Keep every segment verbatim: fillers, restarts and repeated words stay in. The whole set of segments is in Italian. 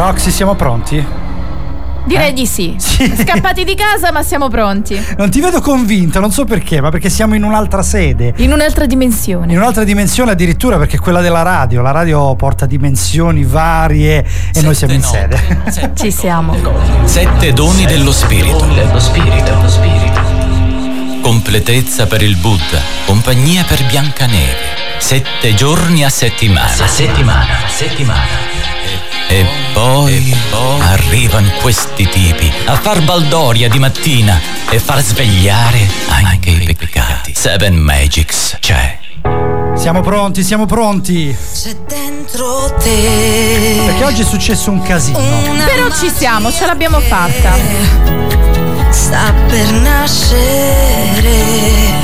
Roxy, siamo pronti? Direi eh? di sì. sì. Scappati di casa, ma siamo pronti. Non ti vedo convinta, non so perché, ma perché siamo in un'altra sede. In un'altra dimensione. In un'altra dimensione addirittura, perché è quella della radio. La radio porta dimensioni varie e Sette noi siamo in sede. Sette Ci siamo. Sette doni dello spirito. Dello spirito. Dello spirito. Completezza per il Buddha, compagnia per Biancaneve. Sette giorni a settimana. A settimana, a settimana. E poi, e poi arrivano questi tipi a far baldoria di mattina e far svegliare anche i peccati. Seven Magics c'è. Siamo pronti, siamo pronti. C'è dentro te. Perché oggi è successo un casino. Però ci siamo, ce l'abbiamo fatta. Sta per nascere.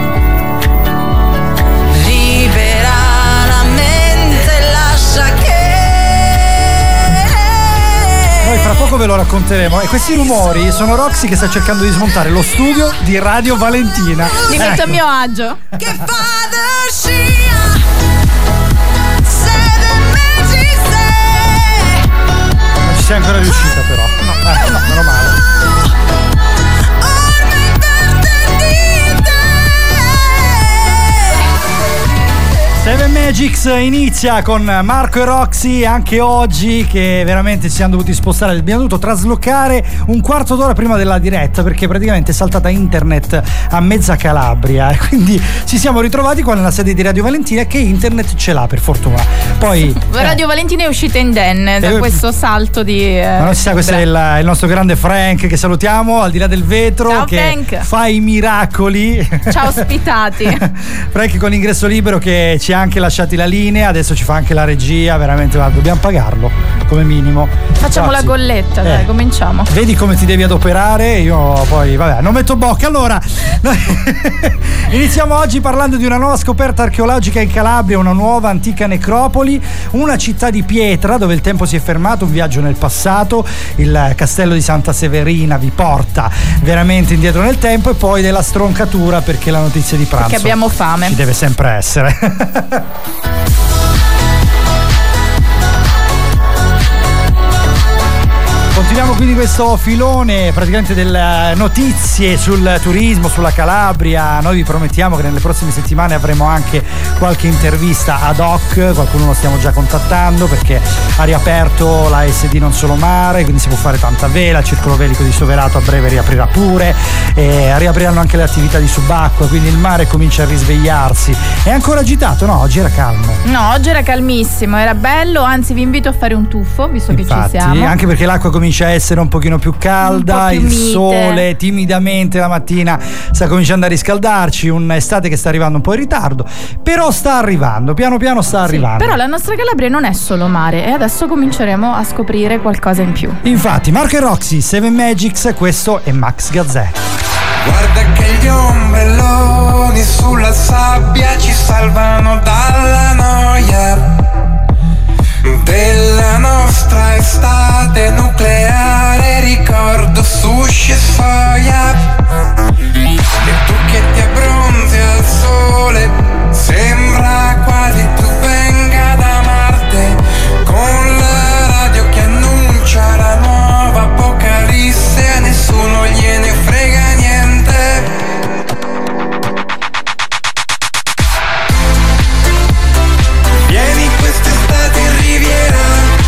Noi fra poco ve lo racconteremo. E questi rumori sono Roxy che sta cercando di smontare lo studio di Radio Valentina. Mi metto ecco. a mio agio. Che fa da scia. Non ci sei ancora riuscita però. No, eh, no, meno male. Seven Magics inizia con Marco e Roxy anche oggi, che veramente ci siamo dovuti spostare, abbiamo dovuto traslocare un quarto d'ora prima della diretta perché praticamente è saltata internet a mezza Calabria e quindi ci siamo ritrovati qua nella sede di Radio Valentina, che internet ce l'ha per fortuna. Poi Radio eh. Valentina è uscita indenne da eh, questo salto di eh, ma non si sa, questo è il, il nostro grande Frank, che salutiamo al di là del vetro. Ciao, che Frank. Fa i miracoli. Ciao ospitati. Frank con ingresso libero, che ci ha anche lasciati la linea, adesso ci fa anche la regia, veramente guarda, dobbiamo pagarlo come minimo. Facciamo Grazie. La golletta, dai, eh. cominciamo. Vedi come ti devi adoperare, io poi vabbè non metto bocca. Allora iniziamo oggi parlando di una nuova scoperta archeologica in Calabria, una nuova antica necropoli, una città di pietra dove il tempo si è fermato, un viaggio nel passato. Il castello di Santa Severina vi porta veramente indietro nel tempo, e poi della stroncatura perché la notizia di pranzo, perché abbiamo fame, ci deve sempre essere. Continuiamo quindi questo filone praticamente delle notizie sul turismo, sulla Calabria. Noi vi promettiamo che nelle prossime settimane avremo anche qualche intervista ad hoc, qualcuno lo stiamo già contattando perché ha riaperto la S D Non Solo Mare, quindi si può fare tanta vela, il circolo velico di Soverato a breve riaprirà pure, e riapriranno anche le attività di subacquea, quindi il mare comincia a risvegliarsi. È ancora agitato? No, oggi era calmo. No, oggi era calmissimo, era bello, anzi vi invito a fare un tuffo, visto Infatti, che ci siamo. Anche perché l'acqua comincia a essere un pochino più calda, più il mite. sole timidamente la mattina sta cominciando a riscaldarci, un'estate che sta arrivando un po' in ritardo, però sta arrivando, piano piano sta arrivando. Sì, però la nostra Calabria non è solo mare e adesso cominceremo a scoprire qualcosa in più. Infatti, Marco e Roxy, Seven Magics, questo è Max Gazzè. Guarda che gli ombrelloni sulla sabbia ci salvano dalla noia della nostra estate nucleare, ricordo sushi e soia. E tu che ti abbronzi al sole, sembra quasi tu venga da Marte, con la radio che annuncia la nuova apocalisse, a nessuno gliene frega niente. Vieni quest'estate in Riviera,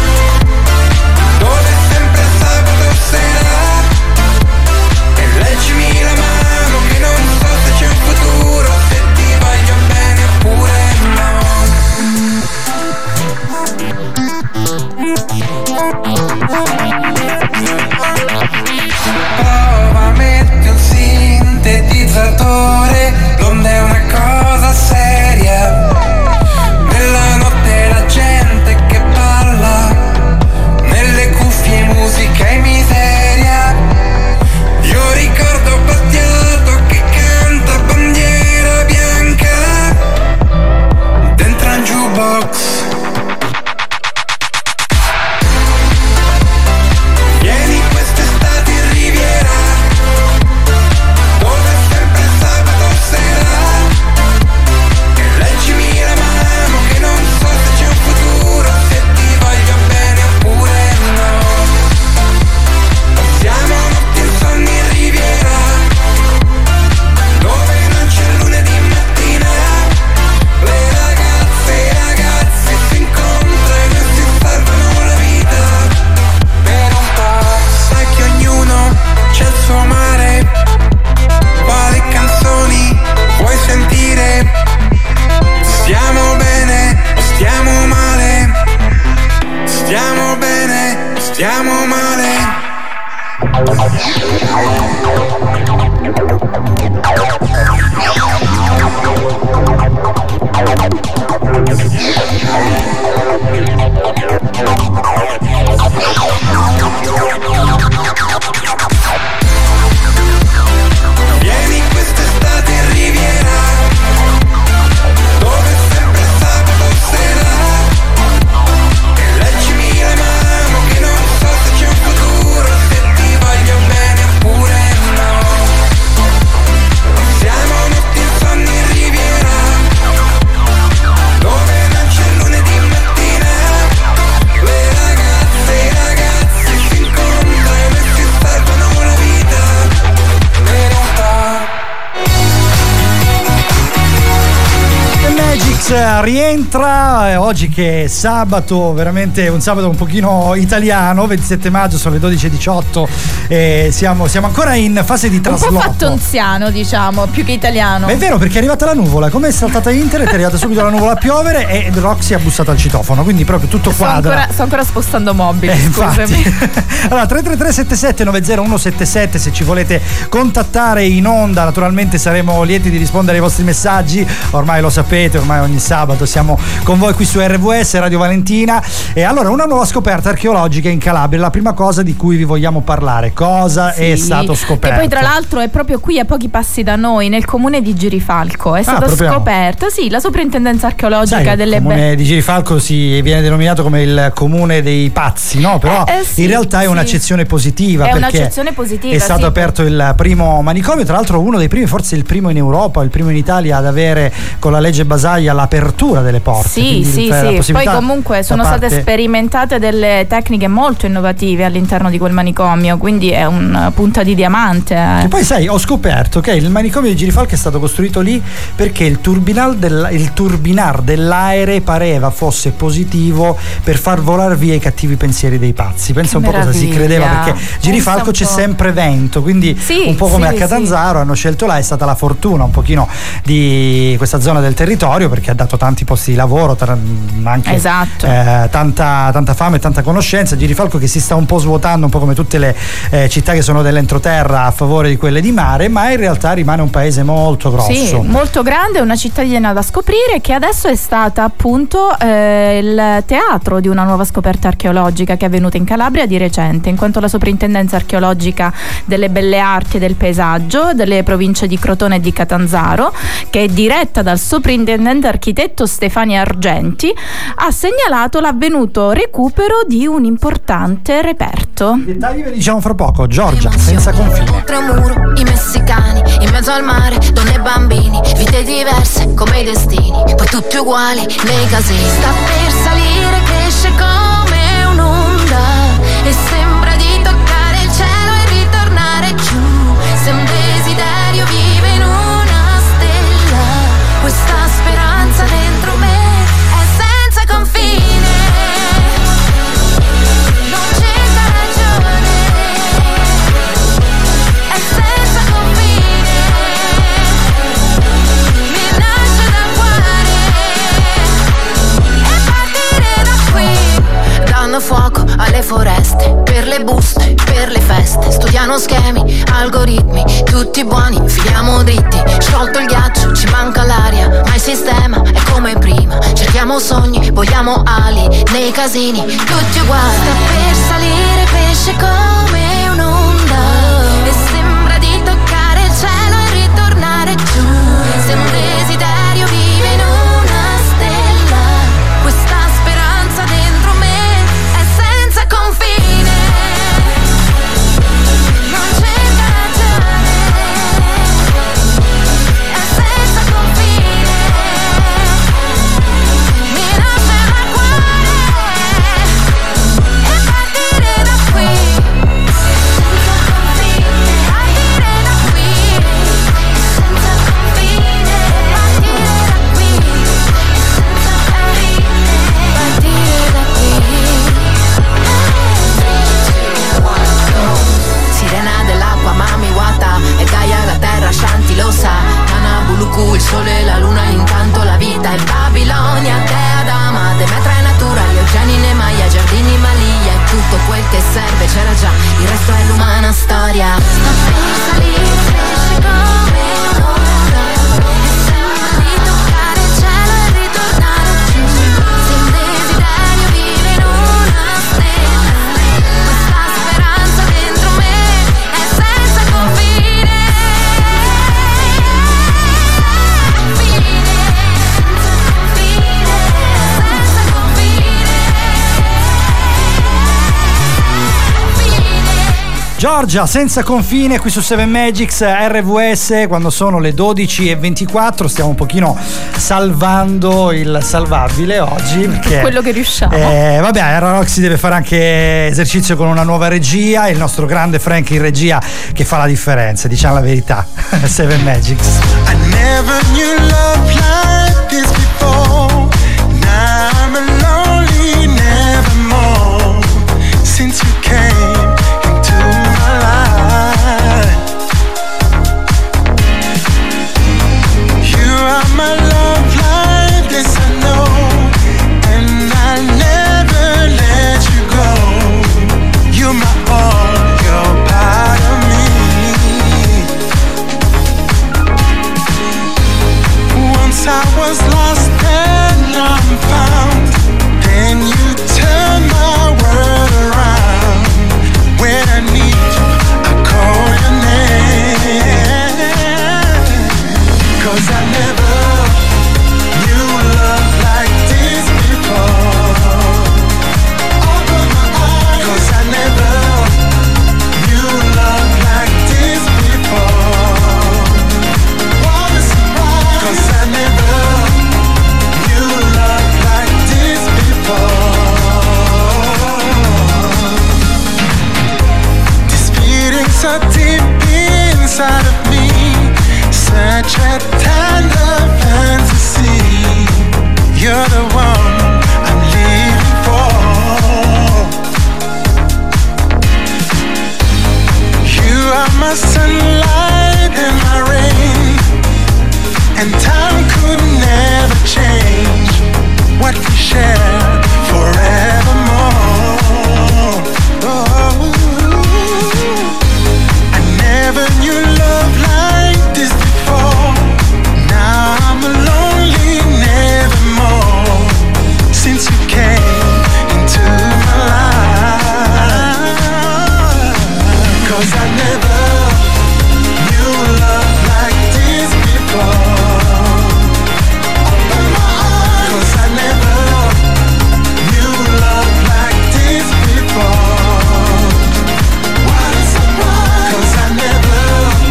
dove sempre sabato sera, e leggimi la mano che non so se c'è un futuro, se ti voglio bene oppure no. Prova, metti un sintetizzatore, l'onda è una cosa seria. Nella notte la gente che balla, nelle cuffie musica e miseria. Io ricordo Battiato che canta Bandiera Bianca dentro un jukebox. stiamo male. Vieni quest'estate in Riviera, dove sempre sabato sera, e leggimi le mano che non so se c'è un futuro, se ti voglio bene oppure no. Siamo notti insonni in Riviera, dove non c'è lunedì mattina, le ragazze e i ragazzi si incontrano e si salvano la vita. In realtà The Magics rientra eh, oggi che è sabato, veramente un sabato un pochino italiano, ventisette maggio, sono le dodici e diciotto e siamo, siamo ancora in fase di Un trasloco. po' fattonziano, diciamo, più che italiano. Ma è vero, perché è arrivata la nuvola, come è saltata internet è arrivata subito la nuvola a piovere e Roxy ha bussato al citofono, quindi proprio tutto sto, quadra. ancora, sto ancora spostando mobili, Eh, scusami. infatti. Allora tre tre tre sette sette nove zero uno sette sette, se ci volete contattare in onda naturalmente saremo lieti di rispondere ai vostri messaggi, ormai lo sapete, ormai ogni sabato siamo con voi qui su R V S Radio Valentina. E allora una nuova scoperta archeologica in Calabria, la prima cosa di cui vi vogliamo parlare, cosa Sì, è stato scoperto? Che poi tra l'altro è proprio qui a pochi passi da noi, nel comune di Girifalco. È stata proprio- scoperta, sì, la soprintendenza archeologica Sai, delle il comune Be- di Girifalco si viene denominato come il comune dei pazzi, no? Però Eh, eh, sì, in realtà è sì. un'accezione positiva, È perché un'accezione positiva, è stato sì. aperto il primo manicomio, tra l'altro uno dei primi, forse il primo in Europa, il primo in Italia ad avere con la legge Basaglia l'apertura delle porte. Sì, quindi sì, la sì. Poi possibilità comunque da sono parte- state sperimentate delle tecniche molto innovative all'interno di quel manicomio, quindi è un punta di diamante. eh. E poi sai, ho scoperto che il manicomio di Girifalco è stato costruito lì perché il turbinar, del, il turbinar dell'aere pareva fosse positivo per far volare via i cattivi pensieri dei pazzi. Pensa Che un po' cosa si meraviglia. credeva, perché Girifalco Pensa c'è un po'. sempre vento, quindi Sì, un po' come sì, a Catanzaro hanno scelto là, è stata la fortuna un pochino di questa zona del territorio, perché ha dato tanti posti di lavoro, tra- anche Esatto. eh, tanta, tanta fame e tanta conoscenza. Girifalco che si sta un po' svuotando, un po' come tutte le eh, città che sono dell'entroterra a favore di quelle di mare, ma in realtà rimane un paese molto grosso. Sì, molto grande, una cittadina da scoprire, che adesso è stata appunto eh, il teatro di una nuova scoperta archeologica che è avvenuta in Calabria di recente, in quanto la soprintendenza archeologica delle belle arti e del paesaggio delle province di Crotone e di Catanzaro, che è diretta dal soprintendente architetto Stefani Argenti, ha segnalato l'avvenuto recupero di un importante reperto. I dettagli ve li diciamo fra poco. Giorgia, senza confine. Oltre un muro, i messicani, in mezzo al mare, donne e bambini, vite diverse come i destini, poi tutti uguali nei casini. Sta per salire, cresce come un'onda e sembra di toccare il cielo e ritornare giù. Se un desiderio vive in una stella, questa speranza dentro me è senza confine. Non cerca ragione, è senza confine, mi nasce dal cuore e partire da qui. Danno fuoco alle foreste, per le buste, per le feste, studiano schemi, algoritmi, tutti buoni, filiamo dritti, sciolto il ghiaccio, ci manca l'aria, ma il sistema è come prima, cerchiamo sogni, vogliamo ali, nei casini, tutti uguali. Sta per salire, cresce come un'onda e sembra di toccare il cielo e ritornare giù. Se un desiderio vive in una stella, questa speranza dentro me è senza confine. Non cerca ragione, è senza confine, mi nasce dal cuore e partire da qui. Giorgia, senza confine qui su Seven Magics R V S, quando sono le dodici e ventiquattro. Stiamo un pochino salvando il salvabile oggi, perché quello che riusciamo. Eh, vabbè, Roxy deve fare anche esercizio con una nuova regia. Il nostro grande Frank in regia che fa la differenza, diciamo la verità. Seven Magics. I never knew love like this before. Now I'm lonely, nevermore. Since you came into my life, you are my love life, this I know, and I'll never let you go. You're my all, you're part of me. Once I was lost and I'm found, then you turn my world around. When I need you, I call your name. 'Cause I never knew love like this before. Open my eyes. 'Cause I never knew love like this before. What a surprise. 'Cause I never knew love like this before. These feelings are deep inside of me, such a tender fantasy. You're the one I'm living for. You are my sunlight and my rain, and time could never change what we share forevermore. Oh, I never knew love like this before. Now I'm lonely, nevermore. Since you came into my life, 'cause I never knew love like this before. Open my eyes. 'Cause I never knew love like this before. What a surprise. 'Cause I never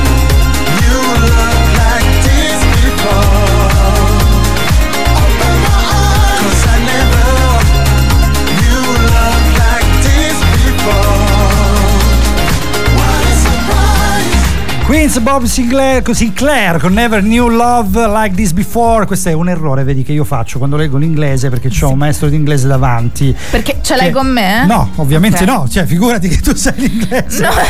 knew love like this before. Open my eyes. 'Cause I never knew love like this before. What a surprise. Queens, Bob Sinclair, Sinclair con Never Knew Love Like This Before. Questo è un errore, vedi, che io faccio quando leggo l'inglese, perché c'ho un maestro di inglese davanti. Perché ce l'hai Che- con me? No, ovviamente Ok. no, cioè figurati che tu sai l'inglese. No.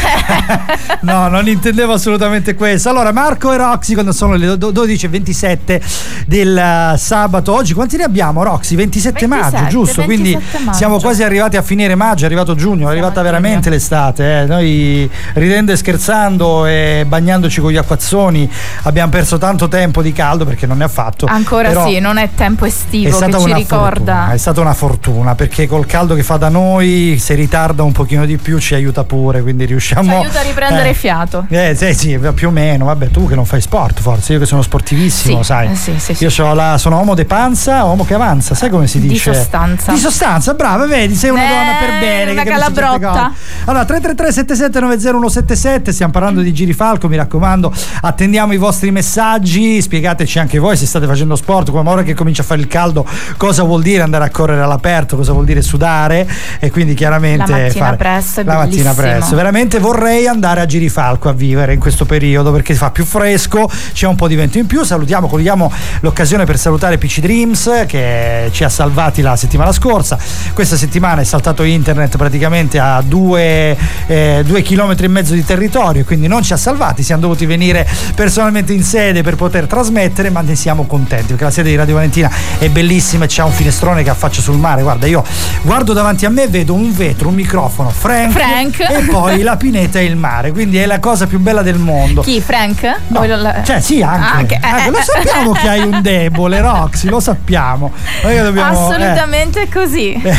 No, non intendevo assolutamente questo. Allora, Marco e Roxy, quando sono le do- dodici e ventisette del uh, sabato. Oggi quanti ne abbiamo, Roxy? ventisette maggio, ventisette, giusto? Quindi ventisette maggio. siamo quasi arrivati a finire maggio, è arrivato giugno, è arrivata a giugno. veramente l'estate. Eh. Noi ridendo e scherzando e bagnandoci con gli acquazzoni abbiamo perso tanto tempo di caldo, perché non ne ha fatto. Ancora Però sì, non è tempo è estivo che stata ci una ricorda. fortuna, è stata una fortuna, perché col caldo che fa da noi, se ritarda un pochino di più ci aiuta pure, quindi riusciamo Ci aiuta a riprendere eh, fiato. Eh sì, sì, più o meno. Vabbè, tu che non fai sport, forse, io che sono sportivissimo, Sì, sai. eh, sì, sì, sì. Io c'ho la, sono uomo de panza, uomo che avanza, sai come si Di dice? sostanza. Di sostanza, brava, vedi, sei una Eh, donna per bene. una che capisce certe calabrotta. cose. Allora, tre tre tre sette sette nove zero uno sette sette, stiamo parlando di Girifalco, mi raccomando, attendiamo i vostri messaggi, spiegateci anche voi se state facendo sport, come ora che comincia a fare il caldo, cosa vuol dire andare a correre all'aperto, cosa vuol dire sudare, e quindi chiaramente La mattina fare presto è la mattina bellissimo. presto. Veramente vorrei andare a Girifalco a vivere in questo periodo, perché fa più fresco, c'è un po' di vento in più. Salutiamo, cogliamo l'occasione per salutare P C Dreams che ci ha salvati la settimana scorsa. Questa settimana è saltato internet praticamente a due, eh, due chilometri e mezzo di territorio, quindi non ci ha salvati, siamo dovuti venire personalmente in sede per poter trasmettere, ma ne siamo contenti perché la sede di Radio Valentina è bellissima e c'ha un finestrone che affaccia sul mare. Guarda, io guardo davanti a me, vedo un vetro, un microfono, Frank, Frank. e poi la pineta e il mare, quindi è la cosa più bella del mondo. Chi, Frank? No, O la- cioè sì, anche, Anche, eh, anche. eh, Lo eh. sappiamo che hai un debole, Roxy, lo sappiamo. Noi che dobbiamo, Assolutamente così. eh,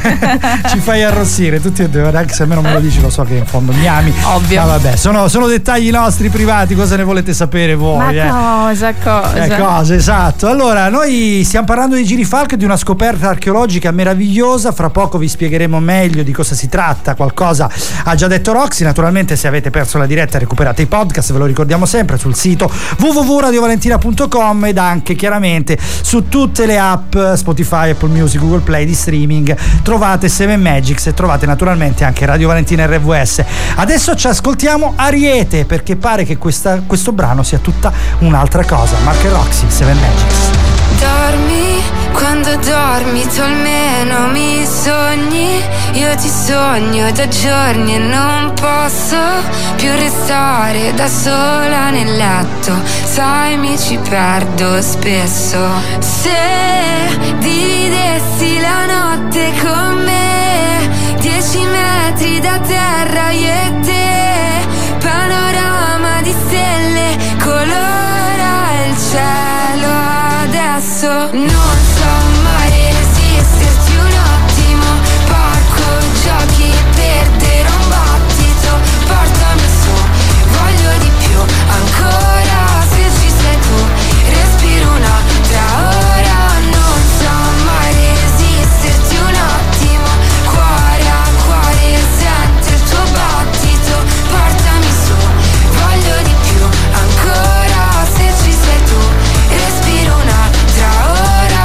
ci fai arrossire tutti e due, anche se a me non me lo dici, lo so che in fondo mi ami. Ovvio. Ma vabbè, sono, sono dettagli nostri. nostri privati, cosa ne volete sapere voi? Ma eh? cosa, cosa? Eh, cosa, esatto. Allora, noi stiamo parlando di Girifalco, di una scoperta archeologica meravigliosa. Fra poco vi spiegheremo meglio di cosa si tratta. Qualcosa ha già detto Roxy. Naturalmente, se avete perso la diretta, recuperate i podcast, ve lo ricordiamo sempre sul sito w w w punto radio valentina punto com ed anche chiaramente su tutte le app Spotify, Apple Music, Google Play di streaming. Trovate Seven Magics e trovate naturalmente anche Radio Valentina R V S. Adesso ci ascoltiamo Ariete, perché pare che questa, questo brano sia tutta un'altra cosa. Mark e Roxy, Seven Magics. Dormi, quando dormi tu almeno mi sogni. Io ti sogno da giorni e non posso più restare da sola nel letto. Sai, mi ci perdo spesso. Se dividessi la notte con me, dieci metri da terra io e te, panorama di stelle, colora il cielo adesso. Non so mai resisterti un attimo, parco giochi, perdere un battito, portami su, voglio di più, ancora se ci sei tu, respiro un'altra ora. Non so mai resisterti un attimo, cuore a cuore sento il tuo battito, portami su, voglio di più, ancora se ci sei tu, respiro un'altra ora.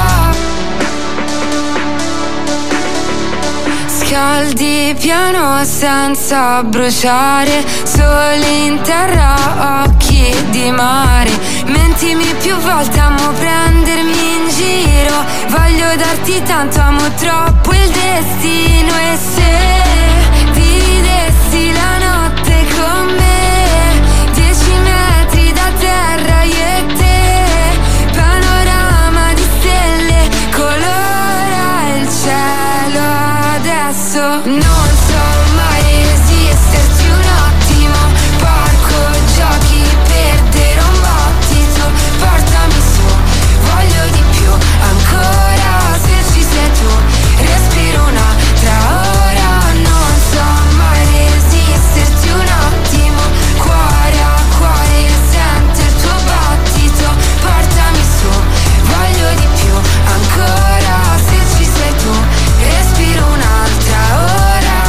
Scaldi piano senza bruciare, soli in terra, occhi di mare. Mentimi più volte, amo prendermi in giro, voglio darti tanto, amo troppo il destino. E se dividessi la notte con me, dieci metri da terra io e te, panorama di stelle, colora il cielo adesso. Non so mai resisterti un attimo, parco giochi, perdere un battito, portami su, voglio di più, ancora se ci sei tu, respiro un'altra ora. Non so mai resisterti un attimo, cuore a cuore sento il tuo battito, portami su, voglio di più, ancora se ci sei tu, respiro un'altra ora.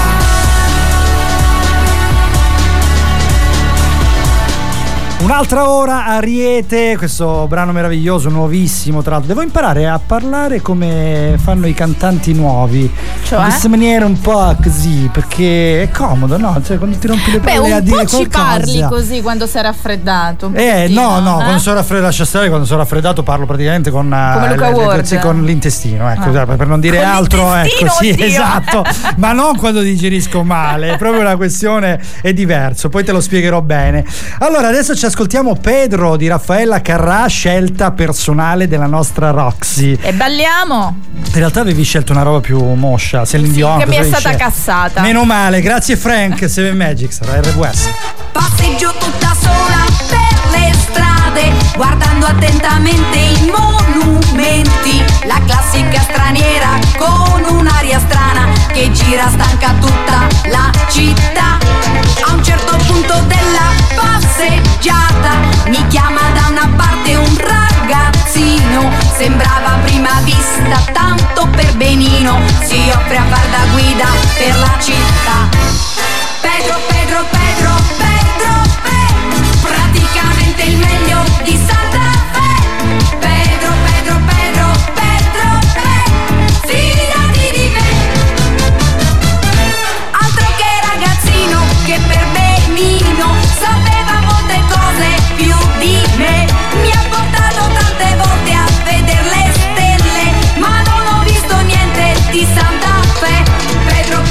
Un'altra ora, Ariete, questo brano meraviglioso, nuovissimo tra l'altro. Devo imparare a parlare come fanno i cantanti nuovi, Cioè? in questa maniera un po' così, perché è comodo, no? Cioè quando ti rompi le Beh, palle a un dire po' ci qualcosa. parli così quando sei raffreddato. un Eh pochettino, no no, eh? quando sono raffreddato, lascia stare, quando sono raffreddato parlo praticamente con eh, Come Luca le- le- Ward. sì, con l'intestino, ecco, Ah. per non dire Con altro, l'intestino, ecco, sì, oddio. esatto, ma non quando digerisco male, è proprio una questione, è diverso, poi te lo spiegherò bene. Allora, adesso ci ascoltiamo Pedro di Raffaella Carrà, scelta personale della nostra Roxy. E balliamo. In realtà avevi scelto una roba più moscia, Celine Dion, che mi è cosa stata dice? cassata. Meno male, grazie Frank, Seven Magics, R V S. Passeggio tutta sola per le strade, guardando attentamente i monumenti. La classica straniera con un'aria strana che gira stanca tutta la città. A un certo punto della passeggiata mi chiama da una parte un ragazzino. Sembrava a prima vista tanto per benino, si offre a far da guida per la città. Pedro, Pedro, Pedro, Pedro, Pedro, praticamente il meglio di Santa Fe. Pedro, Pedro, Pedro, Pedro, Pedro, fidati di me. Altro che ragazzino che per benino sapeva molte cose più di me. Mi ha portato tante volte a vedere le stelle, ma non ho visto niente di Santa Fe. Pedro,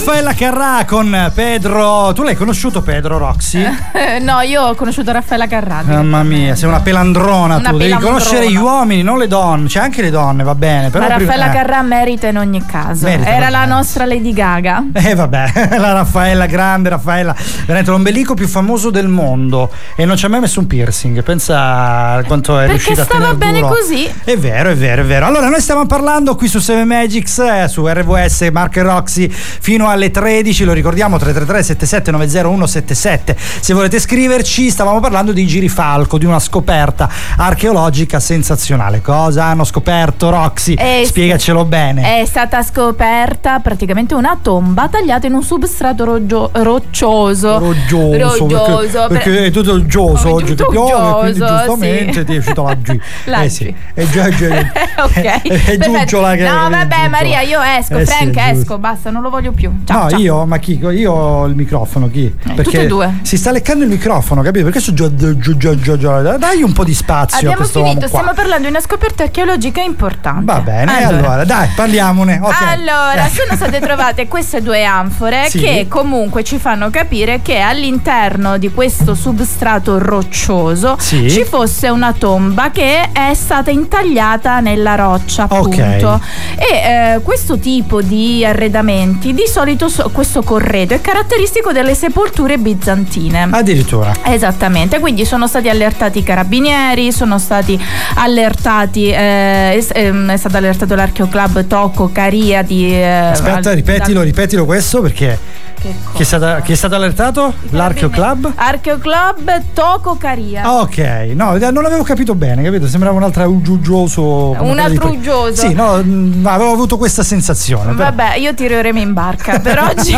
Raffaella Carrà con Pedro. Tu l'hai conosciuto Pedro, Roxy? Eh, no, io ho conosciuto Raffaella Carrà. Mamma mia, sei una pelandrona una tu, pelandrona. Devi conoscere gli uomini, non le donne. C'è anche le donne, va bene. Però Ma Raffaella prima, eh. Carrà merita in ogni caso. Merita, Era vabbè. la nostra Lady Gaga. Eh vabbè, la Raffaella, grande Raffaella, veramente l'ombelico più famoso del mondo e non ci ha mai messo un piercing, pensa a quanto è Perché riuscita a stava tenere bene duro. così. È vero, è vero, è vero. Allora noi stiamo parlando qui su Seven Magics, eh, su R V S, Mark e Roxy fino alle tredici, lo ricordiamo tre tre tre sette sette nove zero uno sette sette se volete scriverci. Stavamo parlando di Girifalco, di una scoperta archeologica sensazionale. Cosa hanno scoperto, Roxy? Eh, Spiegacelo bene. È stata scoperta praticamente una tomba tagliata in un substrato roggio- roccioso. Roggioso, Roggioso, perché, perché è tutto roggioso Oh, oggi che tutto piove, quindi uggioso, giustamente sì. ti è uscita la G. La eh G. sì, è già già- Ok. è, è giuggiola che No, è vabbè, giuggiola. Maria, io esco, Eh sì, Frank, è giusto. esco, basta, non lo voglio più. Ciao, No, ciao. io, ma chi? Io ho il microfono, chi? Perché tutte e due. si sta leccando il microfono, capito? Perché so già, già, già, già, già. Dai un po' di spazio a Abbiamo questo finito, uomo qua. stiamo parlando di una scoperta archeologica importante. Va bene, allora, dai, parliamone. Okay. Allora, Eh. sono state trovate queste due anfore Sì. che comunque ci fanno capire che all'interno di questo substrato roccioso Sì. ci fosse una tomba che è stata intagliata nella roccia, appunto. E eh, questo tipo di arredamenti, di solito so- questo corredo è caratteristico delle sepolture bizantine. Addirittura. Esattamente, quindi sono stati allertati i carabinieri, sono stati allertati, eh, es- ehm, è stato allertato l'Archeoclub Tocco Caria di... eh, Aspetta, al- ripetilo, da- ripetilo questo perché Che chi è, stata, chi è stato allertato? L'Archeoclub? Archeoclub Tocco Caria. Ah, ok, no, non avevo capito bene, capito? Sembrava un'altra uggioso. Un altro uggioso. Sì, no, mh, avevo avuto questa sensazione. però- Vabbè, io tiro i remi in barca per oggi.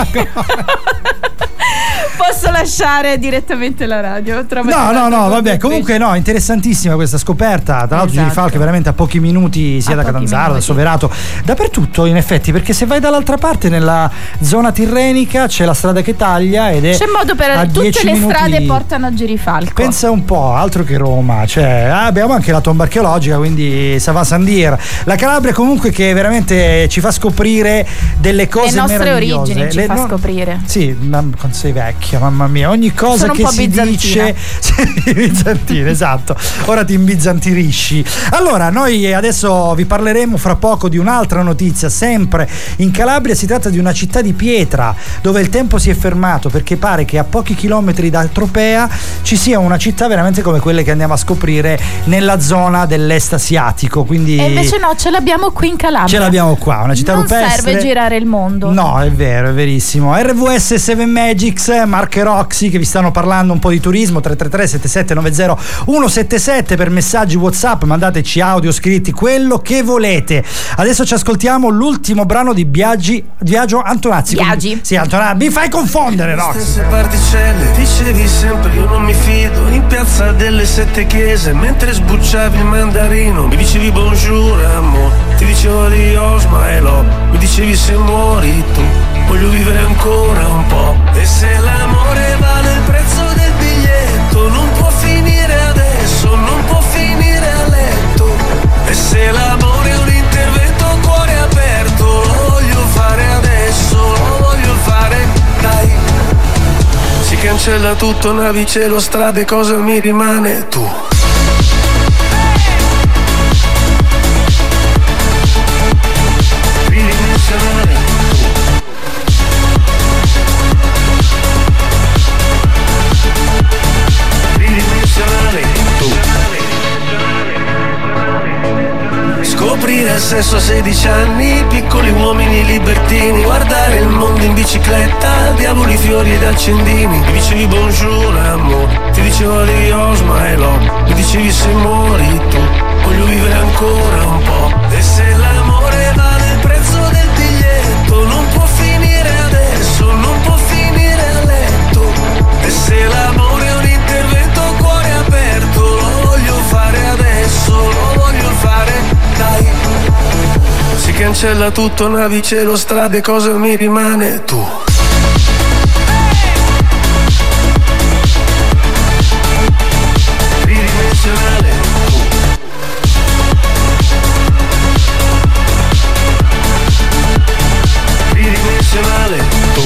Posso lasciare direttamente la radio. No, no, no, vabbè, comunque no, interessantissima questa scoperta. Tra l'altro Esatto. Girifalco veramente a pochi minuti sia A da pochi Catanzaro, da minuti. Soverato, dappertutto in effetti, perché se vai dall'altra parte nella zona tirrenica c'è la strada che taglia ed è C'è modo per a tutte dieci le minuti- strade portano a Girifalco. Pensa un po', altro che Roma, cioè abbiamo anche la tomba archeologica, quindi ça va sans dire. La Calabria comunque che veramente ci fa scoprire delle cose Le nostre meravigliose. origini ci Le- fa no- scoprire. Sì, ma quando sei vecchia, mamma mia, ogni cosa Sono un che po' si bizantina. dice Sì, bizantina, esatto. Ora ti imbizantirisci. Allora, noi adesso vi parleremo fra poco di un'altra notizia, sempre in Calabria. Si tratta di una città di pietra dove il tempo si è fermato, perché pare che a pochi chilometri da Tropea ci sia una città veramente come quelle che andiamo a scoprire nella zona dell'est asiatico. Quindi E invece no, ce l'abbiamo qui in Calabria. ce l'abbiamo qua, una città non rupestre. serve girare il mondo. No, è vero, è verissimo. R V S Seven Magics, Mark e Roxy che vi stanno parlando un po' di turismo. Tre tre tre sette sette nove zero uno sette sette per messaggi WhatsApp, mandateci audio scritti, quello che volete. Adesso ci ascoltiamo l'ultimo brano di Biagi, Biagio Antonazzi. Biagi. Sì, Antonazzi, mi fai confondere, Roxy. Stesse particelle, dicevi sempre io non mi fido. In piazza delle sette chiese, mentre sbucciavi il mandarino, mi dicevi bonjour amore, ti dicevo adios my love, mi dicevi se muori tu, voglio vivere ancora un po'. E se l'amore vale il prezzo del biglietto, non può finire adesso, non può finire a letto. E se l'amore è un intervento a cuore aperto, lo voglio fare adesso, lo voglio fare, dai. Si cancella tutto, navi, cielo, strade, cosa mi rimane? Tu. Tridimensionale. Tridimensionale. Tu. Scoprire il sesso a sedici anni, piccoli uomini libertini, guardare il mondo in bicicletta, diavoli, fiori ed accendini. Mi dicevi bonjour amore, ti dicevo adios my love, mi dicevi se muori tu, voglio vivere ancora un po'. E se l'amore vale il prezzo del biglietto, non può finire adesso, non può finire a letto. E se l'amore è un intervento a cuore aperto, lo voglio fare adesso, lo voglio fare, dai. Si cancella tutto, navi, cielo, strade, cosa mi rimane? Tu. Tridimensionale. Tridimensionale. Tu.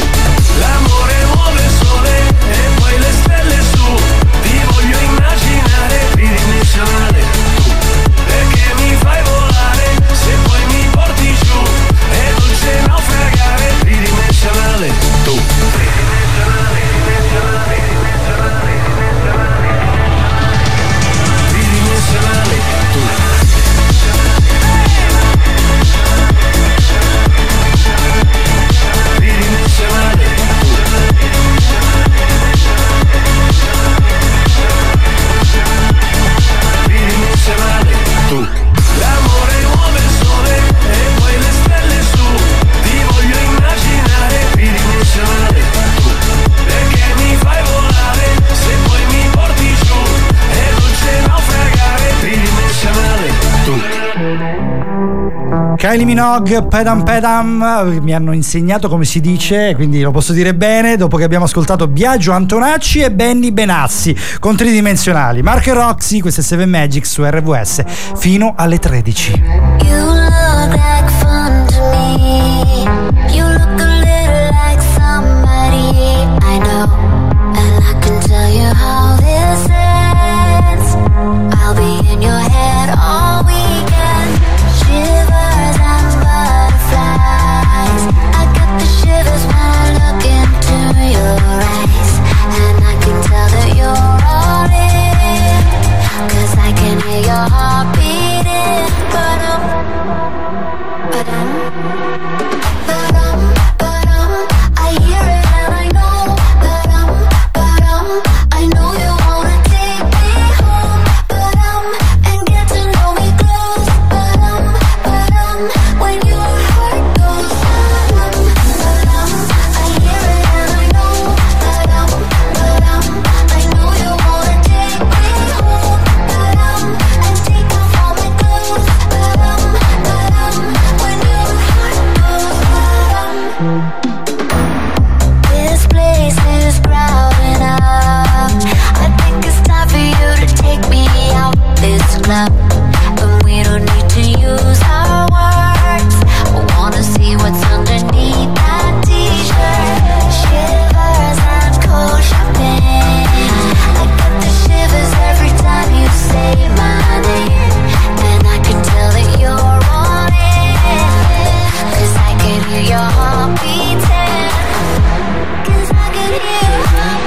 Kylie Minogue, Pedam Pedam, mi hanno insegnato come si dice, quindi lo posso dire bene, dopo che abbiamo ascoltato Biagio Antonacci e Benny Benassi con Tridimensionali. Mark e Roxy, questo è Seven Magic su R V S fino alle tredici. You look like fun to me. You look a little like somebody I know, and I can tell you how this ends. I'll be in your head all weekend. Shivers and butterflies. I get the shivers when I look into your eyes, and I can tell that you're all in, 'cause I can hear your heart beating. Ba-dum, ba-dum, ba-dum, ba-dum. I hear it and I know. Ba-dum, ba-dum. I know you wanna take me home. Ba-dum, and get to know me close. Ba-dum, ba-dum. When your heart goes. Ba-dum, ba-dum. I hear it and I know. Ba-dum, ba-dum. I know you wanna take me home. Ba-dum, and take off all my clothes. Ba-dum, ba-dum. When your heart goes. Ba-dum. This place is crowded up. I think it's time for you to take me out this club. And we don't need to use our words. I wanna see what's underneath that t-shirt. Shivers and cold shopping. I get the shivers every time you say my name. And I can tell that you're on it, 'cause I can hear your heart beating. 'Cause I can hear your heart.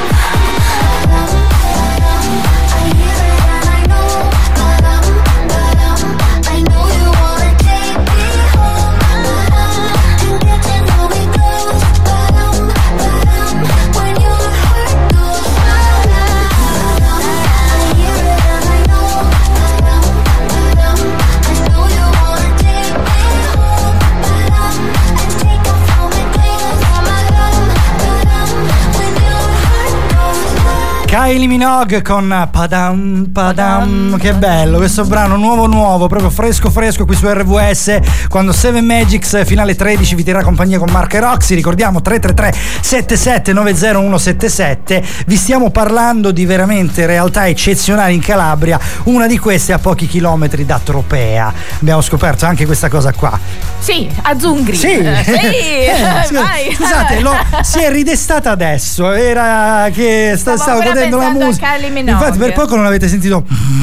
I hear it and I know. Ba-dum, ba-dum. I know you wanna take me home. Ba-dum, and get to know me close. Ba-dum, ba-dum. When your heart goes. Ba-dum, I hear it and I know. Ba-dum, ba-dum. I know you wanna take me home. Ba-dum, and take off all my clothes. Ba-dum, ba-dum. When your heart goes. Kylie Minogue con Padam Padam. Che bello questo brano, nuovo nuovo, proprio fresco fresco qui su R V S, quando Seven Magics finale tredici vi terrà compagnia con Mark e Roxy. Ricordiamo tre tre tre sette sette nove zero uno sette sette. Vi stiamo parlando di veramente realtà eccezionali in Calabria, una di queste a pochi chilometri da Tropea. Abbiamo scoperto anche questa cosa qua. Sì, a Zungri. Sì, Eh, sì. Eh, scusa- vai. scusate, lo- si è ridestata adesso. Era che sta, Stavo stavo ancora godendo la pensando a musica. Kylie Minogue. Infatti, per poco non avete sentito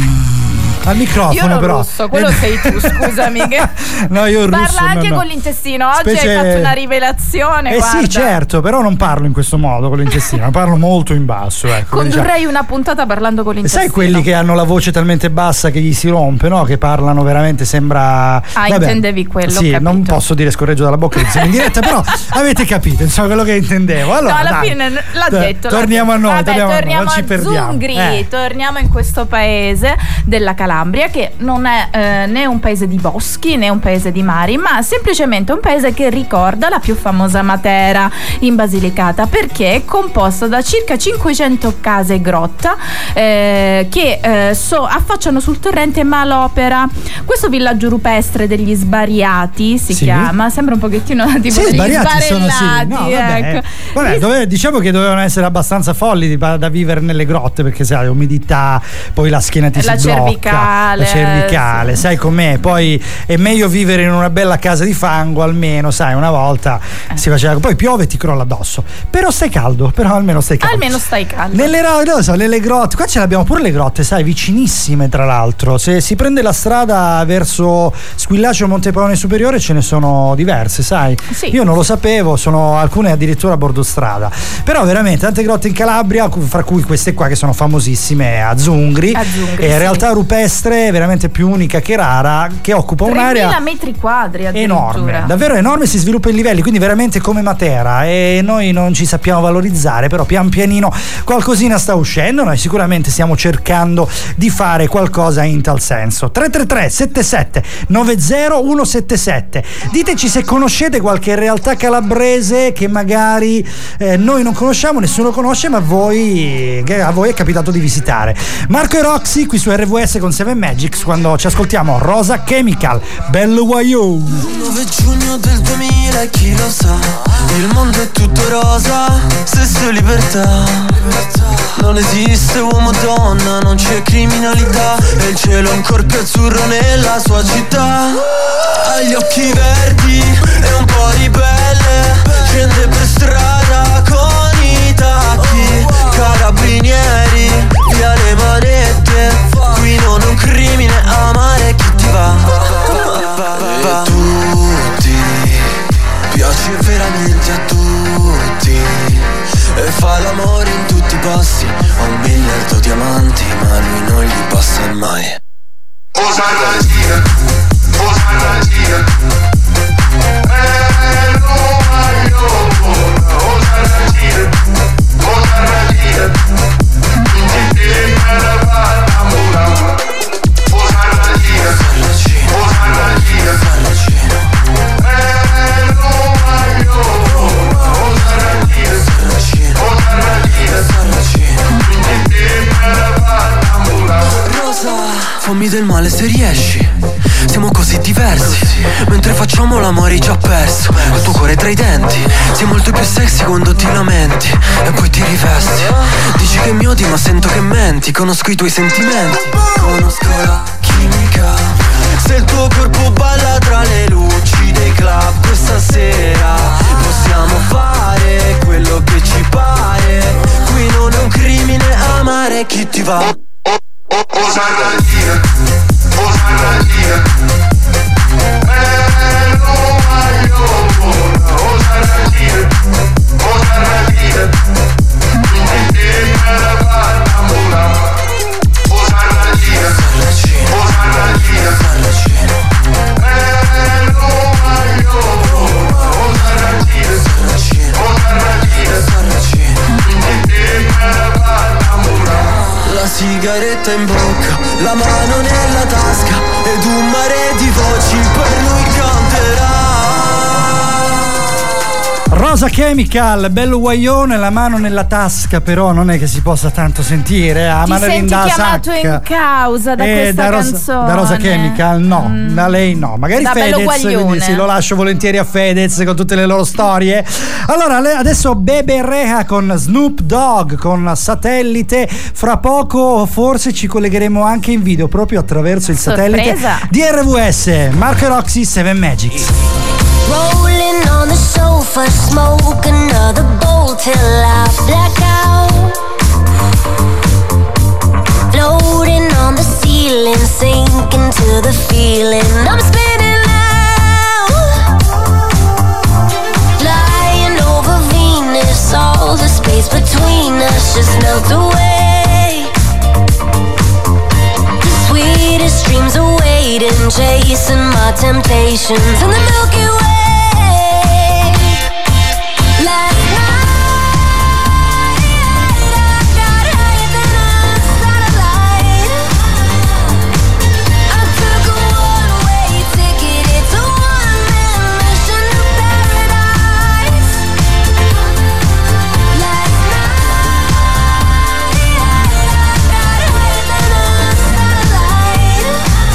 al microfono, Io non però. russo, quello sei tu, scusami. Che... No, io il Parla russo, anche no, no. con l'intestino. Oggi Specie- hai fatto una rivelazione. Eh guarda. sì, certo, però non parlo in questo modo con l'intestino, parlo molto in basso. Ecco, Condurrei una puntata parlando con l'intestino. sai quelli che hanno la voce talmente bassa che gli si rompe, no? Che parlano veramente, sembra. Ah, intendevi quello, Sì, ho capito. non posso dire scorreggio dalla bocca che siamo in diretta, però avete capito, insomma, quello che intendevo. Allora, no, alla dai, fine l'ha t- detto. l'ha Torniamo detto. a noi, Vabbè, torniamo, a noi, torniamo non ci a perdiamo. Zungri, Eh. torniamo in questo paese della Calabria che non è eh, né un paese di boschi né un paese di mari, ma semplicemente un paese che ricorda la più famosa Matera in Basilicata, perché è composta da circa cinquecento case grotta eh, che eh, so, affacciano sul torrente Malopera. Questo villaggio rupestre degli Sbariati si Sì. chiama, sembra un pochettino tipo Sì, degli sbariati sono sì. sbarellati, No, vabbè. ecco. Vabbè, dove- diciamo che dovevano essere abbastanza folli di- da vivere nelle grotte, perché sai, umidità, poi la schiena ti La si blocca, cervicale, la cervicale, sì. sai com'è? Poi è meglio vivere in una bella casa di fango, almeno, sai, una volta si faceva, poi piove e ti crolla addosso. Però stai caldo, però almeno stai caldo. Almeno stai caldo. Nelle, ro- non lo so, nelle grotte, qua ce l'abbiamo pure le grotte, sai, vicinissime tra l'altro. Se si prende la strada verso Squillace o Montepaone Superiore ce ne sono diverse, sai. Sì. Io non lo sapevo, sono alcune addirittura a bordo strada. Però veramente tante grotte in Calabria, cu- fra cui queste qua che sono famosissime a Zungri. A Zungri, e sì. realtà rupestre veramente più unica che rara, che occupa un'area tremila metri quadri addirittura. enorme, davvero enorme, si sviluppa in livelli, quindi veramente come Matera, e noi non ci sappiamo valorizzare, però pian pianino qualcosina sta uscendo, noi sicuramente stiamo cercando di fare qualcosa in tal senso. Tre tre tre sette sette nove zero uno sette sette. Diteci se conoscete qualche realtà calabrese che magari eh, noi non conosciamo, nessuno conosce, ma voi, che a voi è capitato di visitare. Marco e Roxy qui su R V S con Seven Magics quando ci ascoltiamo Rosa Chemical, Bello Guaio. nove giugno del duemila, chi lo sa, il mondo è tutto rosa, stessa libertà. Non esiste uomo o donna, non c'è criminalità, e il cielo è ancora più azzurro nella sua città. Ha gli occhi verdi e un po' ribelle, scende per strada con i tacchi, carabinieri, via le manette, qui non è un crimine amare chi ti va. A tutti piace veramente a tutti, e fa l'amore in tutti i posti, ha un miliardo di amanti ma lui non gli passa mai. Osa ragira, osa ragira, e non voglio buona, osa ragira, osa ragira, e te me la va a mura, osa ragira, osa ragira, e non voglio buona, osa ragira, osa ragira, e te me la va a mura. Rosa, fammi del male se riesci, siamo così diversi, mentre facciamo l'amore hai già perso il tuo cuore tra i denti. Sei molto più sexy quando ti lamenti e poi ti rivesti. Dici che mi odi ma sento che menti, conosco i tuoi sentimenti, conosco la chimica. Se il tuo corpo balla tra le luci dei club questa sera, possiamo fare quello che ci pare, qui non è un crimine amare chi ti va. Osa ragira, osa ragira, e non voglio buona, osa ragira, osa ragira, e te me la va a mura, osa ragira, osa ragira, e non voglio buona, osa ragira, osa ragira, e te me la va a mura. La sigaretta in bocca, la mano nella tasca, ed un mare di voci per lui canterà. Rosa Chemical, Bello Guaglione, la mano nella tasca, però non è che si possa tanto sentire. Ah, Ti ma senti da chiamato sacca. in causa da eh, questa da Rosa, canzone? da Rosa Chemical no, Mm. da lei no, magari Da Bello Fedez, quindi Guaglione. sì, lo lascio volentieri a Fedez con tutte le loro storie. Allora le- adesso Bebe Rexha con Snoop Dogg con Satellite, fra poco forse ci collegheremo anche in video proprio attraverso il satellite Sorpresa. di R W S. Marco e Roxy, Seven Magics. Rolling on the sofa, smoke another bowl till I black out. Floating on the ceiling, sinking to the feeling. I'm spinning now. Flying over Venus, all the space between us just melt away. The sweetest dreams are waiting, chasing my temptations in the Milky Way. Last night I got higher than a satellite. I took a one-way ticket, it's a one-man mission to paradise. Last night I got higher than a satellite.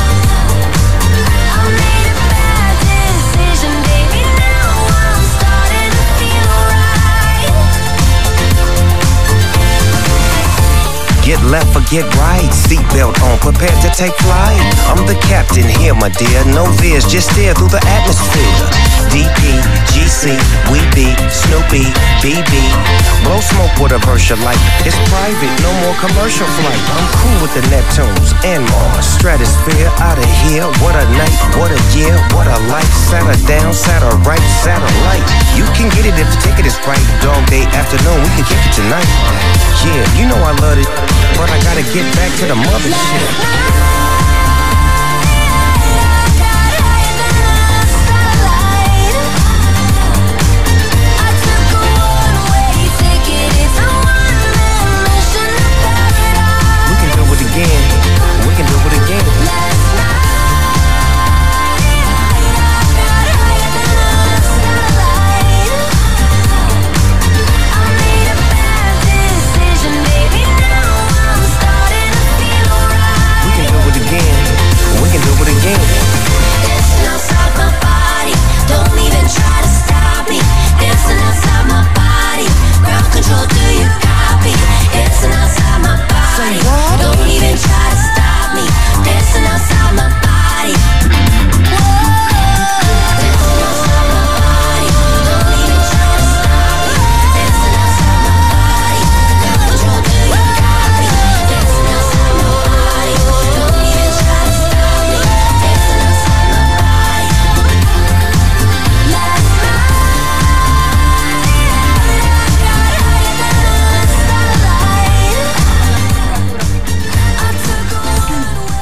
I made a bad decision, baby, now I'm starting to feel alright. Get left or get right, seatbelt on, prepared to take flight. I'm the captain here, my dear, no veers, just steer through the atmosphere. D P, G C, we be, Snoopy, B B. Blow smoke with a Versha light, it's private, no more commercial flight. I'm cool with the Neptunes and Mars, stratosphere, out of here. What a night, what a year, what a life. Sat her down, sat her right, satellite. You can get it if the ticket is right. Dog day afternoon, we can kick it tonight. Yeah, you know I love it, but I gotta get back to the mothership.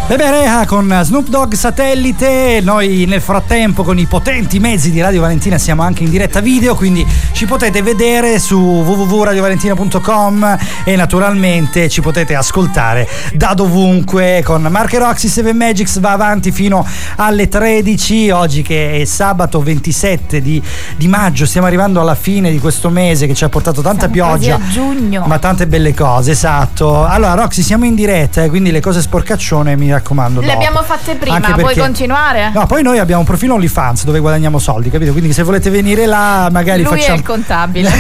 Bebe Rexha con Snoop Dogg Satellite. Noi nel frattempo con i potenti mezzi di Radio Valentina siamo anche in diretta video, quindi ci potete vedere su w w w punto radio valentina punto com e naturalmente ci potete ascoltare da dovunque con Mark e Roxy. Seven Magics va avanti fino alle tredici, oggi che è sabato ventisette di, di maggio, stiamo arrivando alla fine di questo mese che ci ha portato tanta siamo pioggia, quasi a giugno, ma tante belle cose, esatto. Allora Roxy, siamo in diretta, eh, quindi le cose sporcaccione mi raccomando le dopo. abbiamo fatte prima, Anche vuoi perché- continuare? No, poi noi abbiamo un profilo OnlyFans dove guadagniamo soldi, capito? Quindi se volete venire là magari Lui facciamo è il contabile.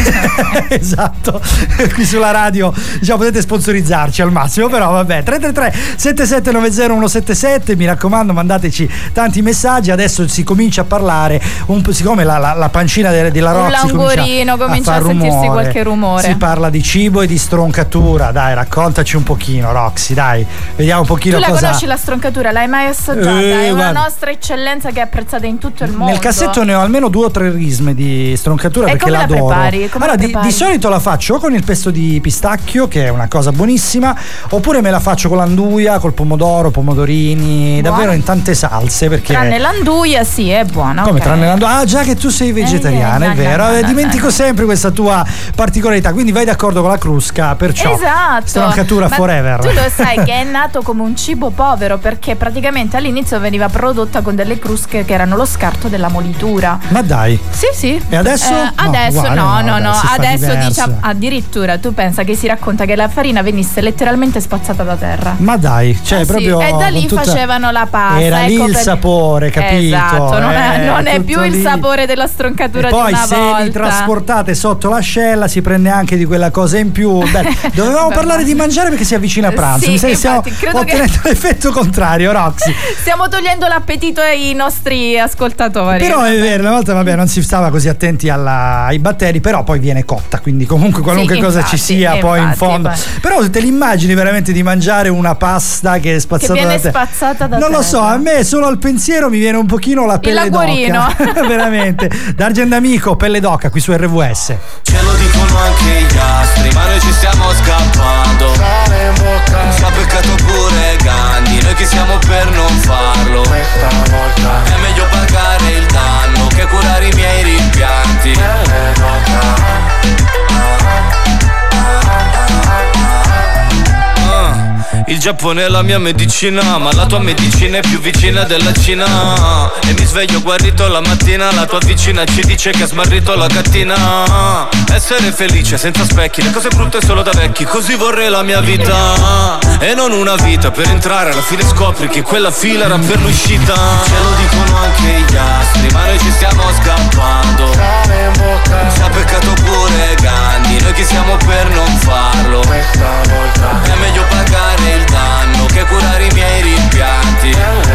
esatto, qui sulla radio diciamo potete sponsorizzarci al massimo, però vabbè. Tre tre tre sette sette nove zero uno sette sette, mi raccomando, mandateci tanti messaggi. Adesso si comincia a parlare un po', siccome la, la, la pancina de- della Un Roxy languorino, comincia a, a far sentirsi rumore. qualche rumore. Si parla di cibo e di stroncatura. Dai, raccontaci un pochino, Roxy, dai, vediamo un pochino Tu la cosa. conosci la stroncatura? L'hai mai assaggiata? Eh, è una guarda. nostra eccellenza che è apprezzata in tutto il mondo. Nel cassetto ne ho almeno due o tre risme di stroncatura E perché come la l'adoro. prepari? Come allora, la di, prepari? di solito la faccio o con il pesto di pistacchio, che è una cosa buonissima, oppure me la faccio con l'anduia, col pomodoro, pomodorini, Buona. davvero in tante salse. Perché Tranne l'anduia, sì, è buona. come ok. tranne l'anduia? Ah, già che tu sei vegetariana, Eh, no, è vero. no, no, Eh, no, dimentico no. sempre questa tua particolarità. Quindi vai d'accordo con la crusca, perciò Esatto. stroncatura Ma forever. Tu lo sai che è nato come un cibo povero perché praticamente all'inizio veniva prodotta con delle crusche che erano lo scarto della molitura. Ma dai. Sì, sì. E adesso? Eh, No, adesso uguale, no, no, no, dai, no. si fa Adesso diverso. diciamo addirittura tu pensa che si racconta che la farina venisse letteralmente spazzata da terra. Ma dai, cioè Eh sì, proprio e da lì con tutta- facevano la pasta. Era lì ecco il per- sapore, capito? Esatto, non è, Eh, non è tutto più il lì. sapore della stroncatura E di poi una se volta. li trasportate sotto l'ascella si prende anche di quella cosa in più. Beh, dovevamo Vabbè. parlare di mangiare perché si avvicina a pranzo. Sì, Mi sa che stiamo infatti, credo che- ottenendo l'effetto contrario, Roxy. Stiamo togliendo l'appetito ai nostri ascoltatori. Però è vero, una volta vabbè non si stava così attenti alla- ai batteri, però poi viene cotta, quindi comunque qualunque Sì, cosa infatti, ci sia poi in infatti, fondo. poi. Però te l'immagini veramente di mangiare una pasta che è spazzata Che viene da te? spazzata da Non lo terra. so, a me solo al pensiero mi viene un pochino la pelle languorino. d'oca. Veramente. D'Argent Amico, pelle d'oca qui su R V S. Ce lo dicono anche gli astri, ma noi ci stiamo scappando. Ci ha peccato pure Gandhi, noi che siamo per non farlo. È meglio pagare il danno che curare i miei rimpianti. Il Giappone è la mia medicina, ma la tua medicina è più vicina della Cina. E mi sveglio guarito la mattina, la tua vicina ci dice che ha smarrito la gattina. Essere felice senza specchi, le cose brutte solo da vecchi, così vorrei la mia vita. E non una vita per entrare, alla fine scopri che quella fila era per l'uscita. Ce lo dicono anche gli astri, ma noi ci stiamo scappando. Ci ha peccato pure Gandhi, noi che siamo per non farlo. È meglio pagare il danno che curare i miei rimpianti.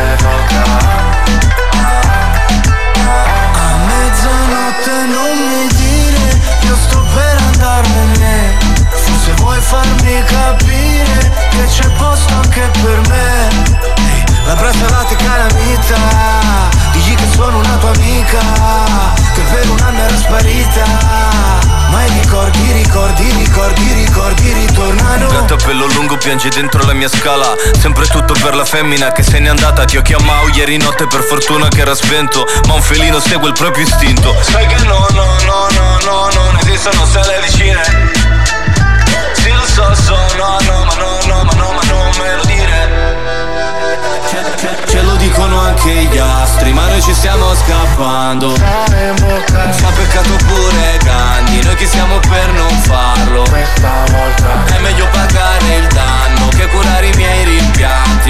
A mezzanotte non mi dire, io sto per andarmene. Forse vuoi farmi capire che c'è posto anche per me. Ehi, la braccalate calamita, digli che sono una tua amica, che per un anno era sparita. Ma i ricordi, ricordi, ricordi, ricordi ritornano. Un gatto a pelo lungo piange dentro la mia scala. Sempre tutto per la femmina che se n'è andata. Ti ho chiamato ieri notte, per fortuna che era spento. Ma un felino segue il proprio istinto. Sai che no, no, no, no, no, non esistono stelle vicine. Sì lo so, so, no, no, ma no, no, ma no, ma non me lo dire. Ce, ce, ce lo dicono anche gli astri, ma noi ci stiamo scappando. Ci ha peccato pure Gandhi, noi che siamo per non farlo. È meglio pagare il danno che curare i miei rimpianti.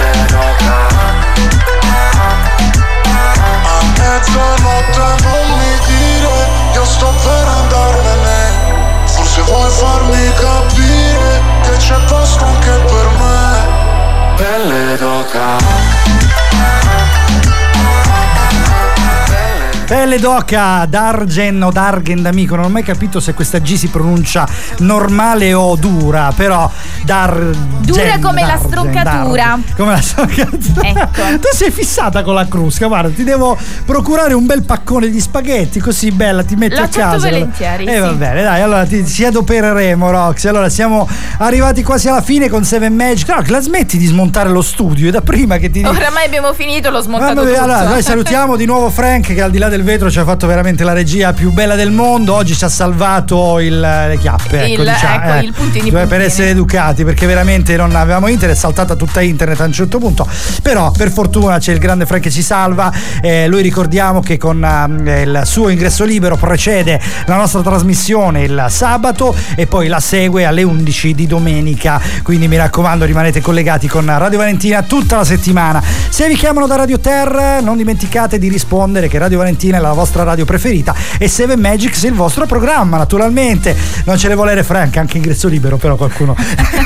A mezzanotte non mi dire, io sto per andarmene. Forse vuoi farmi capire che c'è posto anche per me. Pelle d'oca. Pelle d'oca, Dargen o Dargen d'amico, non ho mai capito se questa G si pronuncia normale o dura, però Dargen. Dura come Dargen, la stroccatura. Dargen, come la stroccatura. Ecco. Tu sei fissata con la crusca, guarda, ti devo procurare un bel paccone di spaghetti, così bella, ti metti Lo a casa. volentieri. E eh, sì. va bene, dai, allora ti, ci adopereremo, Roxy. Allora siamo arrivati quasi alla fine con Seven Magic. No, la smetti di smontare lo studio, è da prima che ti dico. Oramai abbiamo finito, l'ho smontato Vabbè, tutto. allora, noi salutiamo di nuovo Frank, che al di là del vetro ci ha fatto veramente la regia più bella del mondo. Oggi ci ha salvato il, le chiappe, ecco, il, diciamo, ecco, eh, il puntini, per puntini. essere educati, perché veramente non avevamo internet, è saltata tutta internet a un certo punto, però per fortuna c'è il grande Frank che ci salva. Eh, lui ricordiamo che con eh, il suo ingresso libero precede la nostra trasmissione il sabato e poi la segue alle undici di domenica, quindi mi raccomando rimanete collegati con Radio Valentina tutta la settimana. Se vi chiamano da Radio Terra non dimenticate di rispondere che Radio Valentina è la vostra radio preferita e Seven Magics è il vostro programma, naturalmente. Non ce ne volere Frank, anche ingresso libero, però qualcuno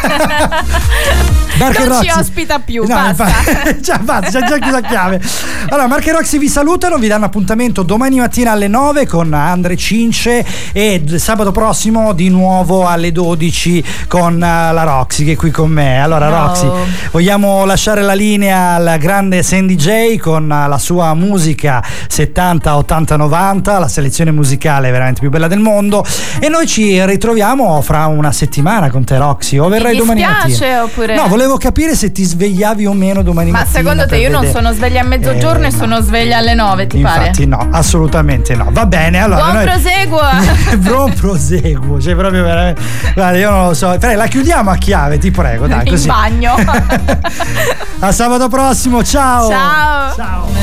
non Roxy ci ospita più, no, basta. Infa- già basta, già, già chiuso a chiave. Allora Marco e Roxy vi salutano, vi danno appuntamento domani mattina alle nove con Andre Cince e sabato prossimo di nuovo alle dodici con la Roxy che è qui con me. Allora no. Roxy, vogliamo lasciare la linea al grande Sandy J con la sua musica settanta, ottanta, novanta, la selezione musicale veramente più bella del mondo, e noi ci ritroviamo fra una settimana con te Roxy, o verrai domani mattina? Oppure... No, volevo capire se ti svegliavi o meno domani Ma mattina. Ma secondo te io vedere. non sono sveglia a mezzogiorno eh, e sono no. sveglia alle nove, ti Infatti, pare? Infatti no, assolutamente no. Va bene, allora buon noi... proseguo. Buon proseguo, cioè proprio veramente. Guarda, io non lo so. Dai, la chiudiamo a chiave, ti prego, dai, in così. bagno. A sabato prossimo, ciao. Ciao. Ciao.